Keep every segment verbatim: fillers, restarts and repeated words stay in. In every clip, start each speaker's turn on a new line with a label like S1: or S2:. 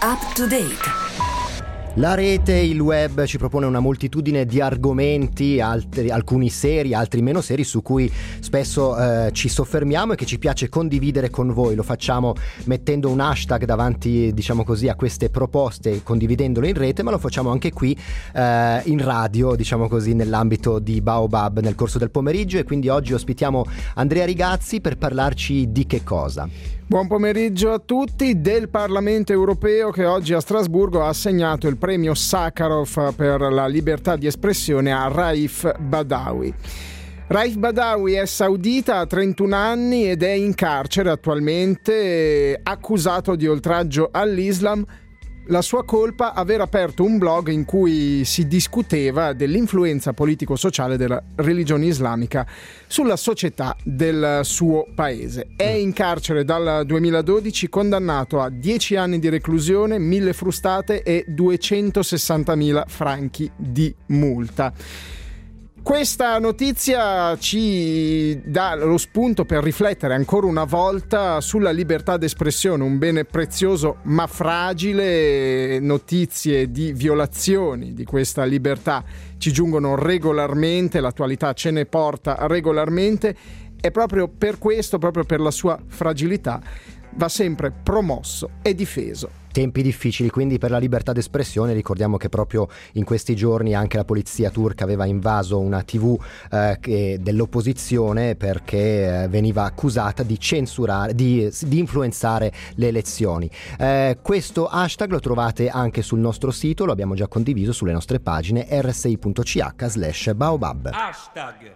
S1: Up to date.
S2: La rete, il web ci propone una moltitudine di argomenti, altri, alcuni seri, altri meno seri, su cui spesso eh, ci soffermiamo e che ci piace condividere con voi. Lo facciamo mettendo un hashtag davanti, diciamo così, a queste proposte, condividendole in rete, ma lo facciamo anche qui eh, in radio, diciamo così, nell'ambito di Baobab nel corso del pomeriggio. E quindi oggi ospitiamo Andrea Rigazzi per parlarci di che cosa?
S3: Buon pomeriggio a tutti. Del Parlamento europeo, che oggi a Strasburgo ha assegnato il premio Sakharov per la libertà di espressione a Raif Badawi. Raif Badawi è saudita, ha trentuno anni ed è in carcere attualmente, accusato di oltraggio all'Islam. La sua colpa: aver aperto un blog in cui si discuteva dell'influenza politico-sociale della religione islamica sulla società del suo paese. È in carcere dal duemiladodici, condannato a dieci anni di reclusione, mille frustate e duecentosessantamila franchi di multa. Questa notizia ci dà lo spunto per riflettere ancora una volta sulla libertà d'espressione, un bene prezioso ma fragile. Notizie di violazioni di questa libertà ci giungono regolarmente, l'attualità ce ne porta regolarmente, e proprio per questo, proprio per la sua fragilità, va sempre promosso e difeso.
S2: Tempi difficili quindi per la libertà d'espressione. Ricordiamo che proprio in questi giorni anche la polizia turca aveva invaso una tivù eh, che, dell'opposizione, perché eh, veniva accusata di censurare, di, di influenzare le elezioni. Eh, questo hashtag lo trovate anche sul nostro sito, lo abbiamo già condiviso sulle nostre pagine r s i punto c h slash baobab.
S4: Hashtag.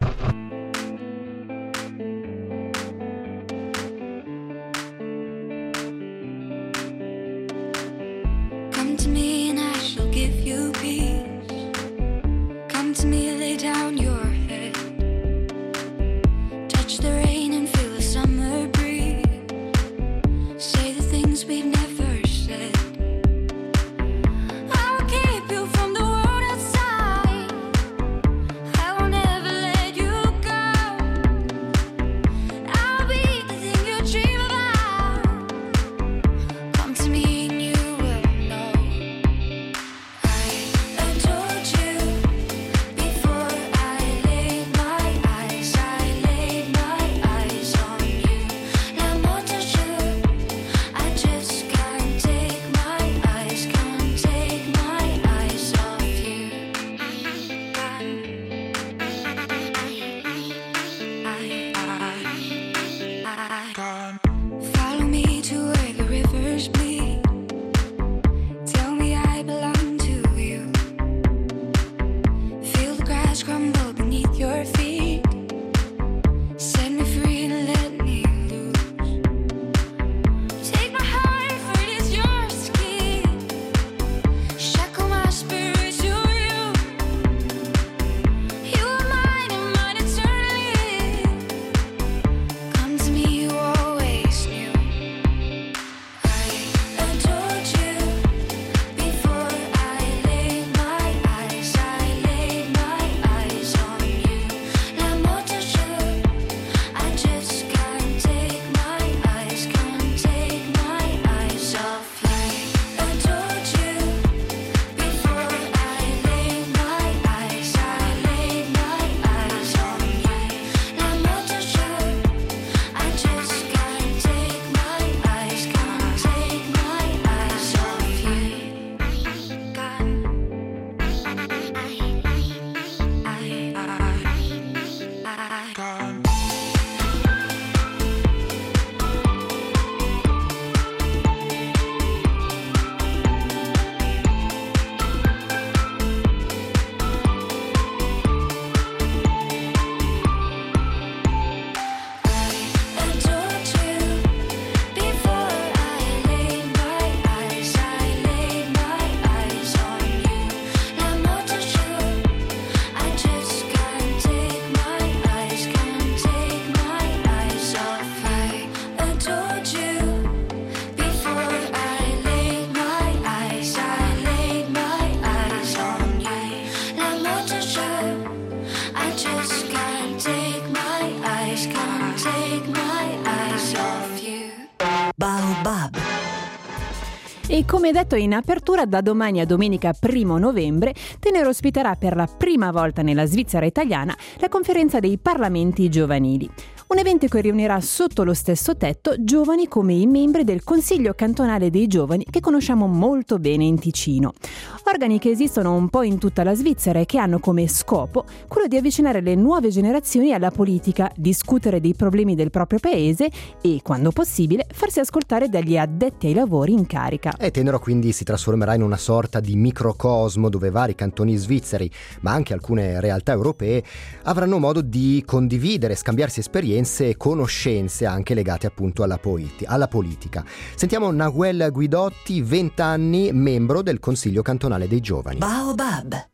S1: E come detto in apertura, da domani a domenica primo novembre, Tenero ospiterà per la prima volta nella Svizzera italiana la conferenza dei parlamenti giovanili. Un evento che riunirà sotto lo stesso tetto giovani come i membri del Consiglio cantonale dei giovani che conosciamo molto bene in Ticino. Organi che esistono un po' in tutta la Svizzera e che hanno come scopo quello di avvicinare le nuove generazioni alla politica, discutere dei problemi del proprio paese e, quando possibile, farsi ascoltare dagli addetti ai lavori in carica.
S2: E Tenero quindi si trasformerà in una sorta di microcosmo dove vari cantoni svizzeri, ma anche alcune realtà europee, avranno modo di condividere, scambiarsi esperienze e conoscenze anche legate appunto alla, poeti- alla politica. Sentiamo Nahuel Guidotti, venti anni, membro del Consiglio cantonale dei giovani.
S4: Baobab.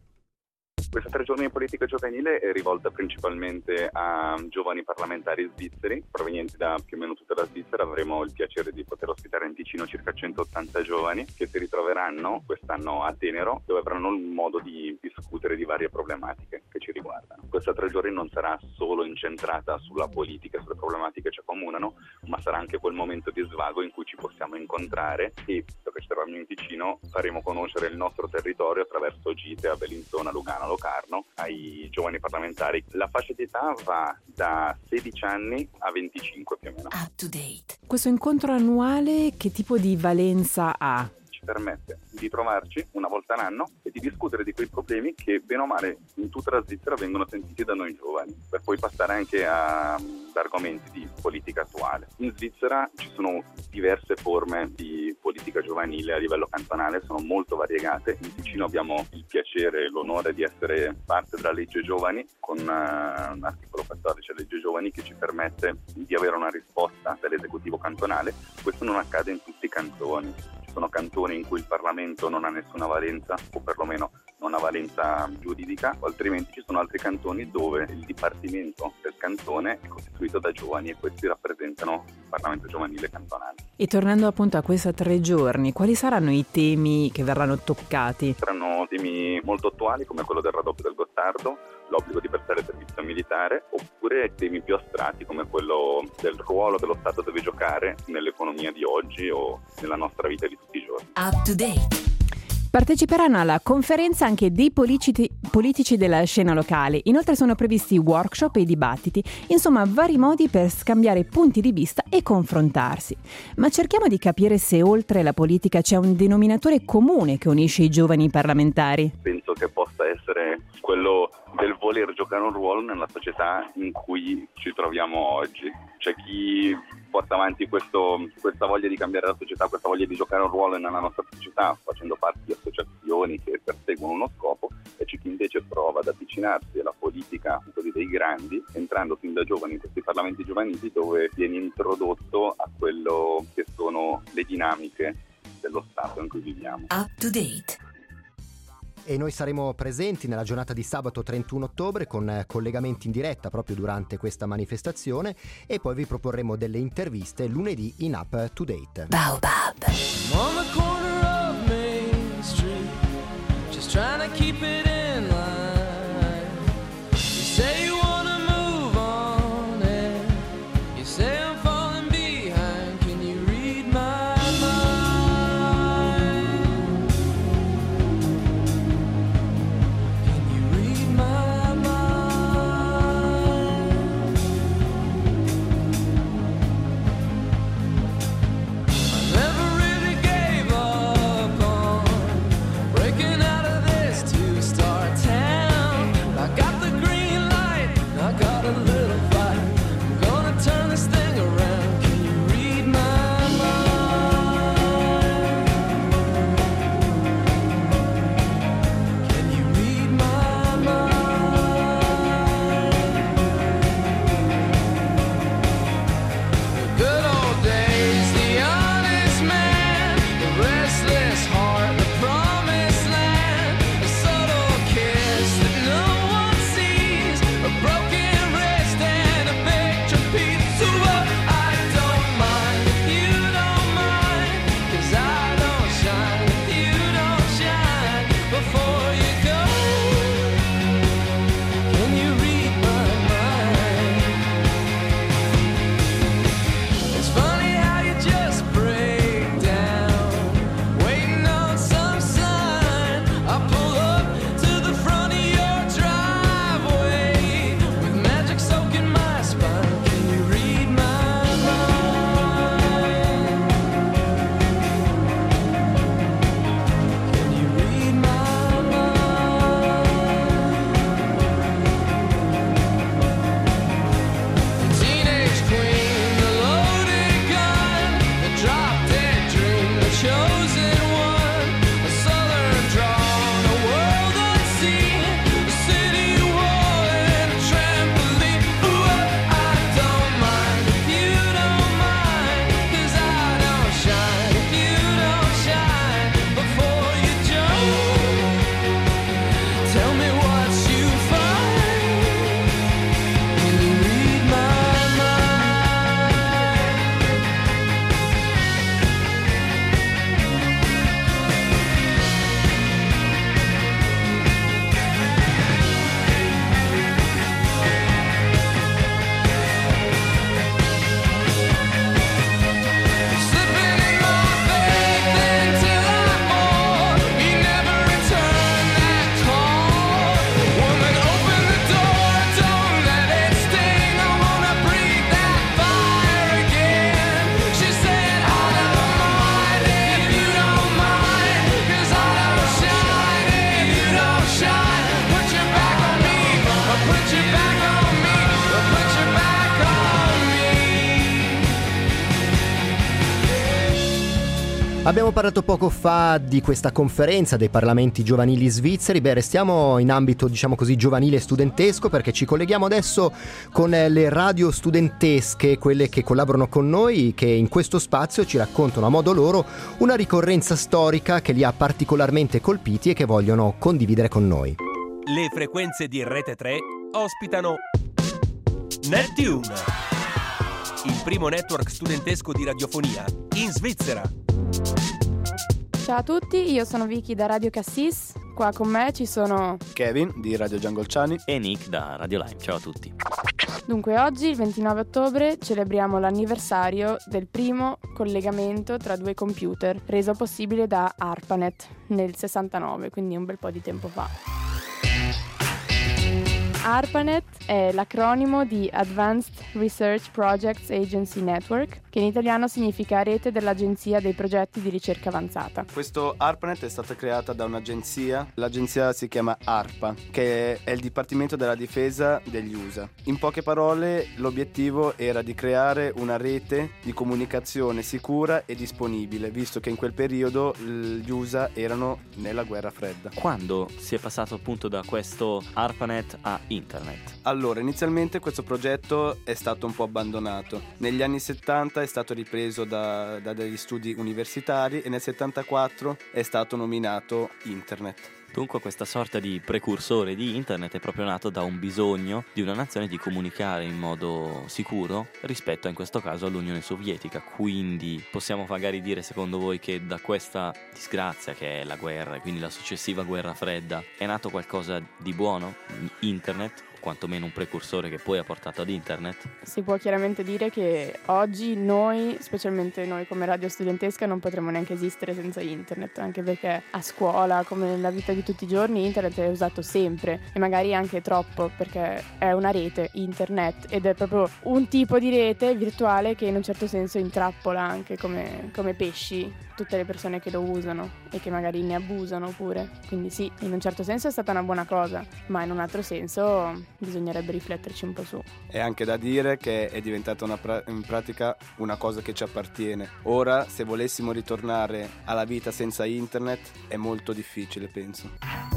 S5: Questa tre giorni di politica giovanile è rivolta principalmente a giovani parlamentari svizzeri provenienti da più o meno tutta la Svizzera. Avremo il piacere di poter ospitare in Ticino circa centottanta giovani che si ritroveranno quest'anno a Tenero, dove avranno il modo di discutere di varie problematiche che ci riguardano. Questa tre giorni non sarà solo incentrata sulla politica, sulle problematiche che ci accomunano, ma sarà anche quel momento di svago in cui ci possiamo incontrare e, perché ci troviamo in Ticino, faremo conoscere il nostro territorio attraverso gite a Bellinzona, Lugano, Locarno, ai giovani parlamentari. La fascia di età va da sedici anni a venticinque più o meno.
S4: Up to date.
S1: Questo incontro annuale che tipo di valenza ha?
S5: Ci permette di trovarci una volta all'anno e di discutere di quei problemi che bene o male in tutta la Svizzera vengono sentiti da noi giovani, per poi passare anche a, ad argomenti di politica attuale. In Svizzera ci sono diverse forme di politica giovanile a livello cantonale, sono molto variegate. In Ticino abbiamo il piacere e l'onore di essere parte della legge giovani, con uh, un articolo quattordici della legge giovani che ci permette di avere una risposta dall'esecutivo cantonale. Questo non accade in tutti i cantoni. Sono cantoni in cui il Parlamento non ha nessuna valenza, o perlomeno non ha valenza giuridica, o altrimenti ci sono altri cantoni dove il dipartimento del cantone è costituito da giovani e questi rappresentano il Parlamento giovanile cantonale.
S1: E tornando appunto a questi tre giorni, quali saranno i temi che verranno toccati?
S5: Saranno temi molto attuali come quello del raddoppio del Gottardo, l'obbligo di prestare servizio militare, oppure temi più astratti come quello del ruolo che lo Stato deve giocare nell'economia di oggi o nella nostra vita di tutti i giorni.
S4: Up to date.
S1: Parteciperanno alla conferenza anche dei politici, politici della scena locale. Inoltre sono previsti workshop e dibattiti, insomma vari modi per scambiare punti di vista e confrontarsi. Ma cerchiamo di capire se oltre la politica c'è un denominatore comune che unisce i giovani parlamentari.
S5: Penso che possa essere quello del voler giocare un ruolo nella società in cui ci troviamo oggi. C'è chi porta avanti questo, questa voglia di cambiare la società, questa voglia di giocare un ruolo nella nostra società, facendo parte di associazioni che perseguono uno scopo, e c'è chi invece prova ad avvicinarsi alla politica così dei grandi, entrando fin da giovani in questi parlamenti giovanili dove viene introdotto a quello che sono le dinamiche dello Stato in cui viviamo.
S4: Up to date.
S2: E noi saremo presenti nella giornata di sabato trentuno ottobre con collegamenti in diretta proprio durante questa manifestazione, e poi vi proporremo delle interviste lunedì in Up to Date.
S4: Baobab.
S6: On the corner of Main Street, just trying to keep it in line. You say you wanna move on and you say I'm falling behind. Can you read my mind? Can you read my mind? I never really gave up on breaking out of this two-star
S2: Abbiamo parlato poco fa di questa conferenza dei parlamenti giovanili svizzeri. Beh, restiamo in ambito, diciamo così, giovanile e studentesco, perché ci colleghiamo adesso con le radio studentesche, quelle che collaborano con noi, che in questo spazio ci raccontano a modo loro una ricorrenza storica che li ha particolarmente colpiti e che vogliono condividere con noi.
S7: Le frequenze di Rete tre ospitano Neptune, il primo network studentesco di radiofonia in Svizzera.
S8: Ciao a tutti, io sono Vicky da Radio Cassis. Qua con me ci sono
S9: Kevin di Radio Giangolciani
S10: e Nick da Radio Lime. Ciao a tutti.
S8: Dunque oggi, il ventinove ottobre, celebriamo l'anniversario del primo collegamento tra due computer, reso possibile da ARPANET nel sessantanove, quindi un bel po' di tempo fa. ARPANET è l'acronimo di Advanced Research Projects Agency Network, che in italiano significa Rete dell'Agenzia dei Progetti di Ricerca Avanzata.
S9: Questo ARPANET è stata creata da un'agenzia, l'agenzia si chiama ARPA, che è il Dipartimento della Difesa degli U S A. In poche parole, l'obiettivo era di creare una rete di comunicazione sicura e disponibile, visto che in quel periodo gli U S A erano nella guerra fredda.
S10: Quando si è passato appunto da questo ARPANET a internet?
S9: Allora, inizialmente questo progetto è stato un po' abbandonato. Negli anni settanta è stato ripreso da, da degli studi universitari e nel settantaquattro è stato nominato internet.
S10: Dunque questa sorta di precursore di internet è proprio nato da un bisogno di una nazione di comunicare in modo sicuro rispetto in questo caso all'Unione Sovietica. Quindi possiamo magari dire, secondo voi, che da questa disgrazia che è la guerra e quindi la successiva guerra fredda è nato qualcosa di buono? Internet? Quantomeno un precursore che poi ha portato ad internet?
S8: Si può chiaramente dire che oggi noi, specialmente noi come radio studentesca, non potremmo neanche esistere senza internet, anche perché a scuola, come nella vita di tutti i giorni, internet è usato sempre e magari anche troppo, perché è una rete, internet, ed è proprio un tipo di rete virtuale che in un certo senso intrappola anche come, come pesci tutte le persone che lo usano e che magari ne abusano pure. Quindi sì, in un certo senso è stata una buona cosa, ma in un altro senso bisognerebbe rifletterci un po' su.
S9: È anche da dire che è diventata una pra- in pratica una cosa che ci appartiene. Ora, se volessimo ritornare alla vita senza internet, è molto difficile, penso.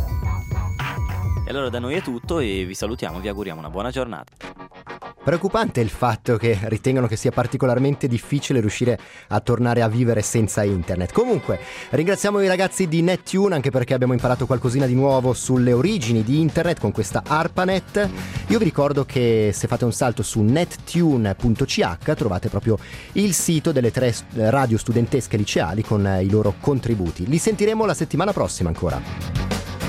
S10: E allora da noi è tutto e vi salutiamo, vi auguriamo una buona giornata.
S2: Preoccupante il fatto che ritengano che sia particolarmente difficile riuscire a tornare a vivere senza internet. Comunque, ringraziamo i ragazzi di Neptune anche perché abbiamo imparato qualcosina di nuovo sulle origini di internet con questa ARPANET. Io vi ricordo che se fate un salto su nettune punto c h trovate proprio il sito delle tre radio studentesche liceali con i loro contributi. Li sentiremo la settimana prossima ancora.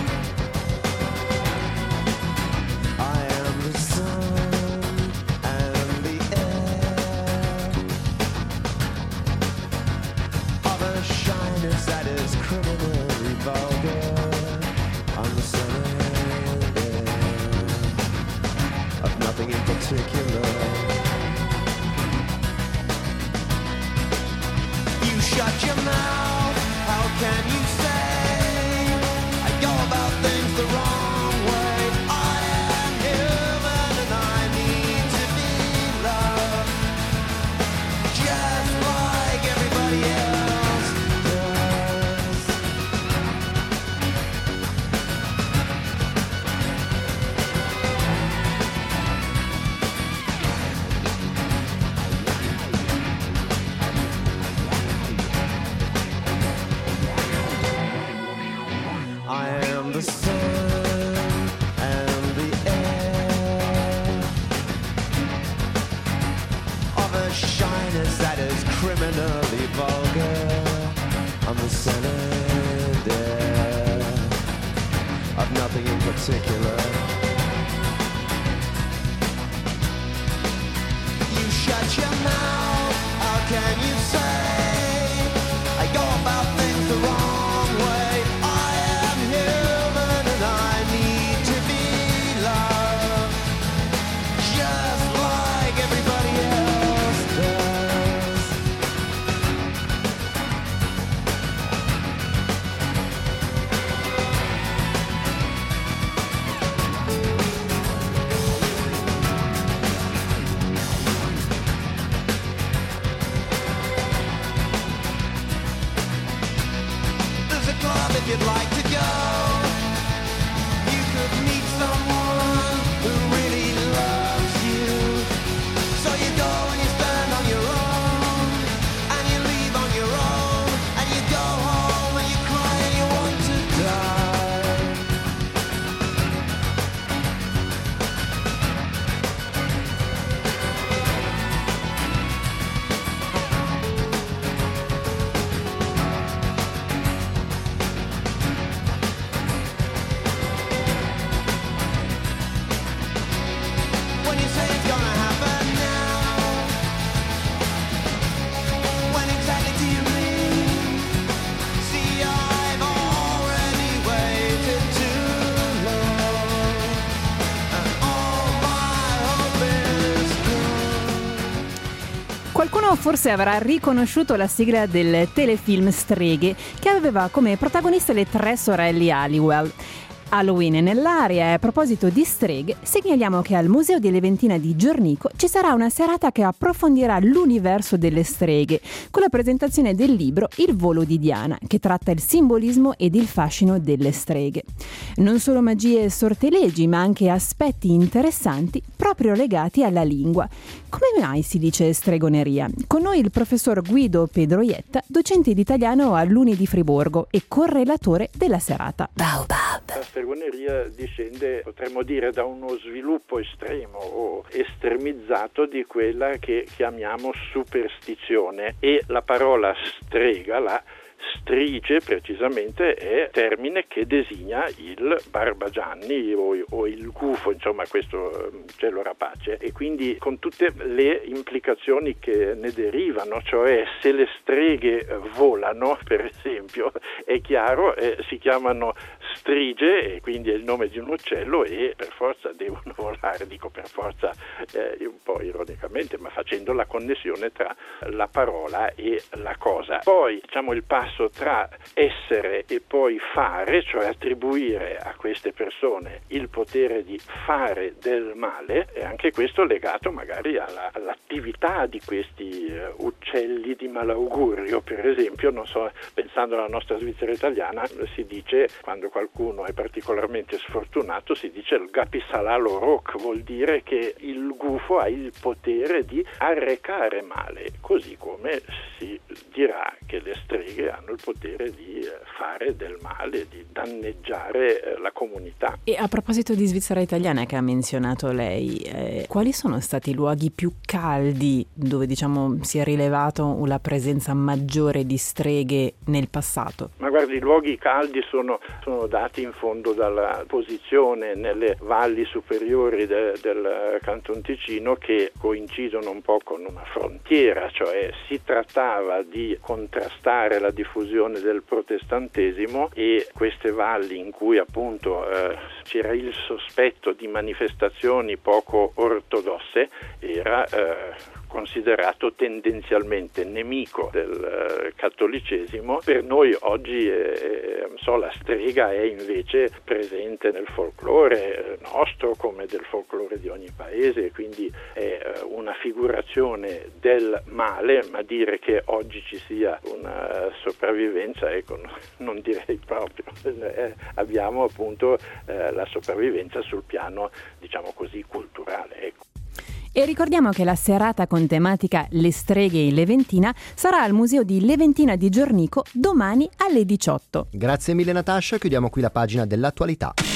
S6: Shut your mouth, how can you say I go about things the wrong way? I am human and I need to be loved just like everybody else does. I am the sun and the air of a shyness that is criminally vulgar. I'm the sun and air of nothing in particular. You shut your mouth, how can you say I go about things the wrong way? I am human and I need to be loved just like everybody else does. if you'd like to go, you could meet someone who really loves you. So you go and you stand on your own, and you leave on your own, and you go home and you cry and you want to die. When you say it's gonna happen now, when exactly do you mean? See, I've already waited too long, and all my hope is gone.
S1: Qualcuno forse avrà riconosciuto la sigla del telefilm Streghe, che aveva come protagoniste le tre sorelle Halliwell. Halloween è nell'aria e a proposito di streghe, segnaliamo che al Museo di Leventina di Giornico ci sarà una serata che approfondirà l'universo delle streghe, con la presentazione del libro Il volo di Diana, che tratta il simbolismo ed il fascino delle streghe. Non solo magie e sortilegi, ma anche aspetti interessanti proprio legati alla lingua. Come mai si dice stregoneria? Con noi il professor Guido Pedroietta, docente di italiano all'Uni di Friburgo e correlatore della serata.
S4: Baobab.
S11: La stregoneria discende, potremmo dire, da uno sviluppo estremo o estremizzato di quella che chiamiamo superstizione, e la parola strega, la strige precisamente, è termine che designa il Barbagianni o, o il gufo, insomma questo cielo rapace, e quindi con tutte le implicazioni che ne derivano, cioè se le streghe volano, per esempio, è chiaro, eh, si chiamano strige e quindi è il nome di un uccello e per forza devono volare, dico per forza eh, un po' ironicamente, ma facendo la connessione tra la parola e la cosa. Poi diciamo il passo tra essere e poi fare, cioè attribuire a queste persone il potere di fare del male, e anche questo legato magari alla, all'attività di questi uh, uccelli di malaugurio. Per esempio, non so, pensando alla nostra Svizzera italiana, si dice, quando qualcuno è particolarmente sfortunato, si dice il gapisalalo roc, vuol dire che il gufo ha il potere di arrecare male, così come si dirà che le streghe hanno il potere di fare del male, di danneggiare la comunità.
S1: E a proposito di Svizzera italiana che ha menzionato lei, eh, quali sono stati i luoghi più caldi dove diciamo si è rilevato la presenza maggiore di streghe nel passato?
S11: Ma guardi, i luoghi caldi sono, sono dati in fondo dalla posizione nelle valli superiori de, del Canton Ticino, che coincidono un po' con una frontiera, cioè si trattava di contrastare la diffusione del protestantesimo, e queste valli in cui appunto eh, c'era il sospetto di manifestazioni poco ortodosse era eh, considerato tendenzialmente nemico del eh, cattolicesimo. Per noi oggi eh, so, la strega è invece presente nel folklore nostro come del folklore di ogni paese, quindi è eh, una figurazione del male, ma dire che oggi ci sia una sopravvivenza, ecco, no, non direi proprio. Eh, abbiamo appunto eh, la sopravvivenza sul piano, diciamo così, culturale, ecco.
S1: E ricordiamo che la serata con tematica Le streghe in Leventina sarà al Museo di Leventina di Giornico domani alle diciotto.
S2: Grazie mille Natascia, chiudiamo qui la pagina dell'attualità.